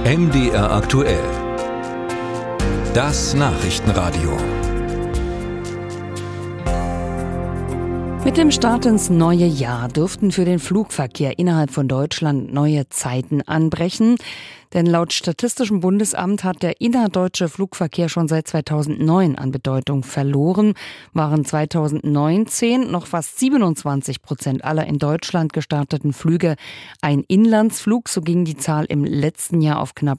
MDR aktuell. Das Nachrichtenradio. Mit dem Start ins neue Jahr dürften für den Flugverkehr innerhalb von Deutschland neue Zeiten anbrechen. Denn laut Statistischem Bundesamt hat der innerdeutsche Flugverkehr schon seit 2009 an Bedeutung verloren. Waren 2019 noch fast 27% aller in Deutschland gestarteten Flüge ein Inlandsflug, so ging die Zahl im letzten Jahr auf knapp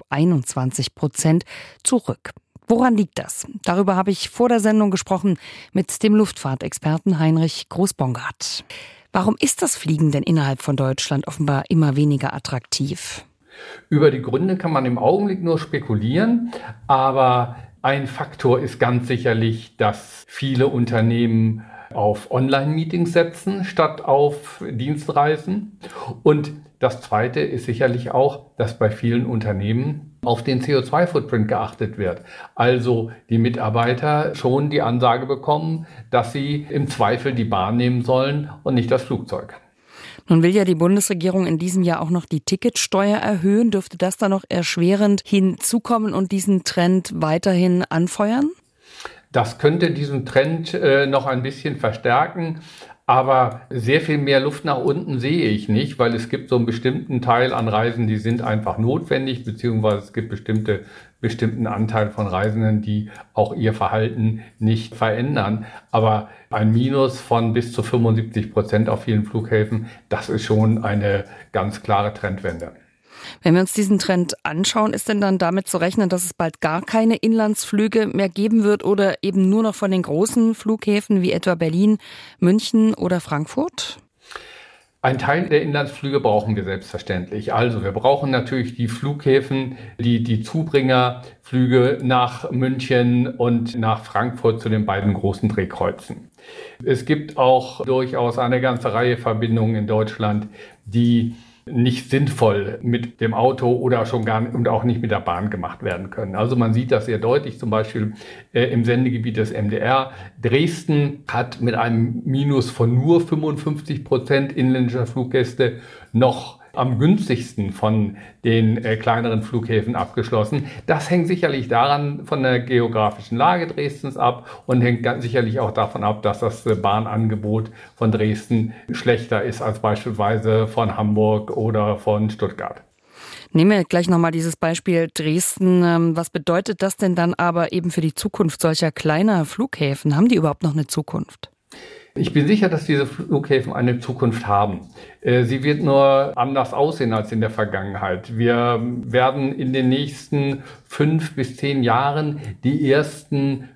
21% zurück. Woran liegt das? Darüber habe ich vor der Sendung gesprochen mit dem Luftfahrtexperten Heinrich Groß-Bongard. Warum ist das Fliegen denn innerhalb von Deutschland offenbar immer weniger attraktiv? Über die Gründe kann man im Augenblick nur spekulieren, aber ein Faktor ist ganz sicherlich, dass viele Unternehmen auf Online-Meetings setzen statt auf Dienstreisen. Und das Zweite ist sicherlich auch, dass bei vielen Unternehmen auf den CO2-Footprint geachtet wird. Also die Mitarbeiter schon die Ansage bekommen, dass sie im Zweifel die Bahn nehmen sollen und nicht das Flugzeug. Nun will ja die Bundesregierung in diesem Jahr auch noch die Ticketsteuer erhöhen. Dürfte das dann noch erschwerend hinzukommen und diesen Trend weiterhin anfeuern? Das könnte diesen Trend noch ein bisschen verstärken. Aber sehr viel mehr Luft nach unten sehe ich nicht, weil es gibt so einen bestimmten Teil an Reisen, die sind einfach notwendig, beziehungsweise es gibt bestimmten Anteil von Reisenden, die auch ihr Verhalten nicht verändern. Aber ein Minus von bis zu 75% auf vielen Flughäfen, das ist schon eine ganz klare Trendwende. Wenn wir uns diesen Trend anschauen, ist denn dann damit zu rechnen, dass es bald gar keine Inlandsflüge mehr geben wird oder eben nur noch von den großen Flughäfen wie etwa Berlin, München oder Frankfurt? Ein Teil der Inlandsflüge brauchen wir selbstverständlich. Also wir brauchen natürlich die Flughäfen, die Zubringerflüge nach München und nach Frankfurt zu den beiden großen Drehkreuzen. Es gibt auch durchaus eine ganze Reihe Verbindungen in Deutschland, die nicht sinnvoll mit dem Auto oder schon gar nicht und auch nicht mit der Bahn gemacht werden können. Also man sieht das sehr deutlich, zum Beispiel im Sendegebiet des MDR. Dresden hat mit einem Minus von nur 55% inländischer Fluggäste noch am günstigsten von den kleineren Flughäfen abgeschlossen. Das hängt sicherlich daran von der geografischen Lage Dresdens ab und hängt ganz sicherlich auch davon ab, dass das Bahnangebot von Dresden schlechter ist als beispielsweise von Hamburg oder von Stuttgart. Nehmen wir gleich nochmal dieses Beispiel Dresden. Was bedeutet das denn dann aber eben für die Zukunft solcher kleiner Flughäfen? Haben die überhaupt noch eine Zukunft? Ich bin sicher, dass diese Flughäfen eine Zukunft haben. Sie wird nur anders aussehen als in der Vergangenheit. Wir werden in den nächsten 5 bis 10 Jahren die ersten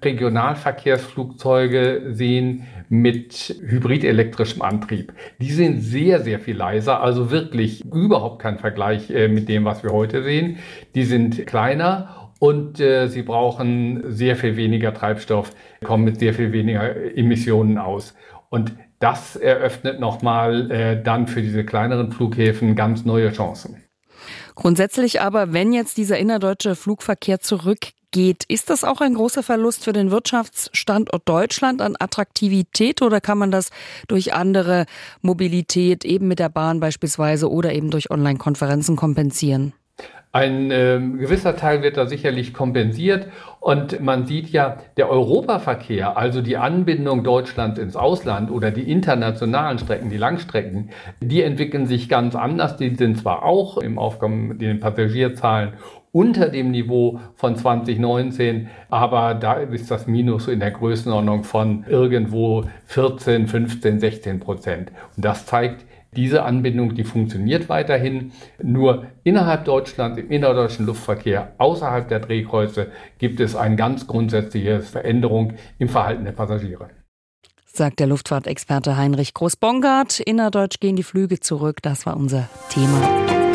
Regionalverkehrsflugzeuge sehen mit hybridelektrischem Antrieb. Die sind sehr, sehr viel leiser, also wirklich überhaupt kein Vergleich mit dem, was wir heute sehen. Die sind kleiner. Und sie brauchen sehr viel weniger Treibstoff, kommen mit sehr viel weniger Emissionen aus. Und das eröffnet nochmal dann für diese kleineren Flughäfen ganz neue Chancen. Grundsätzlich aber, wenn jetzt dieser innerdeutsche Flugverkehr zurückgeht, ist das auch ein großer Verlust für den Wirtschaftsstandort Deutschland an Attraktivität oder kann man das durch andere Mobilität, eben mit der Bahn beispielsweise oder eben durch Online-Konferenzen kompensieren? Ein gewisser Teil wird da sicherlich kompensiert und man sieht ja, der Europaverkehr, also die Anbindung Deutschlands ins Ausland oder die internationalen Strecken, die Langstrecken, die entwickeln sich ganz anders. Die sind zwar auch im Aufkommen in den Passagierzahlen unter dem Niveau von 2019, aber da ist das Minus in der Größenordnung von irgendwo 14, 15, 16%. Und das zeigt, diese Anbindung, die funktioniert weiterhin. Nur innerhalb Deutschlands, im innerdeutschen Luftverkehr, außerhalb der Drehkreuze, gibt es eine ganz grundsätzliche Veränderung im Verhalten der Passagiere. Sagt der Luftfahrtexperte Heinrich Groß-Bongard. Innerdeutsch gehen die Flüge zurück. Das war unser Thema.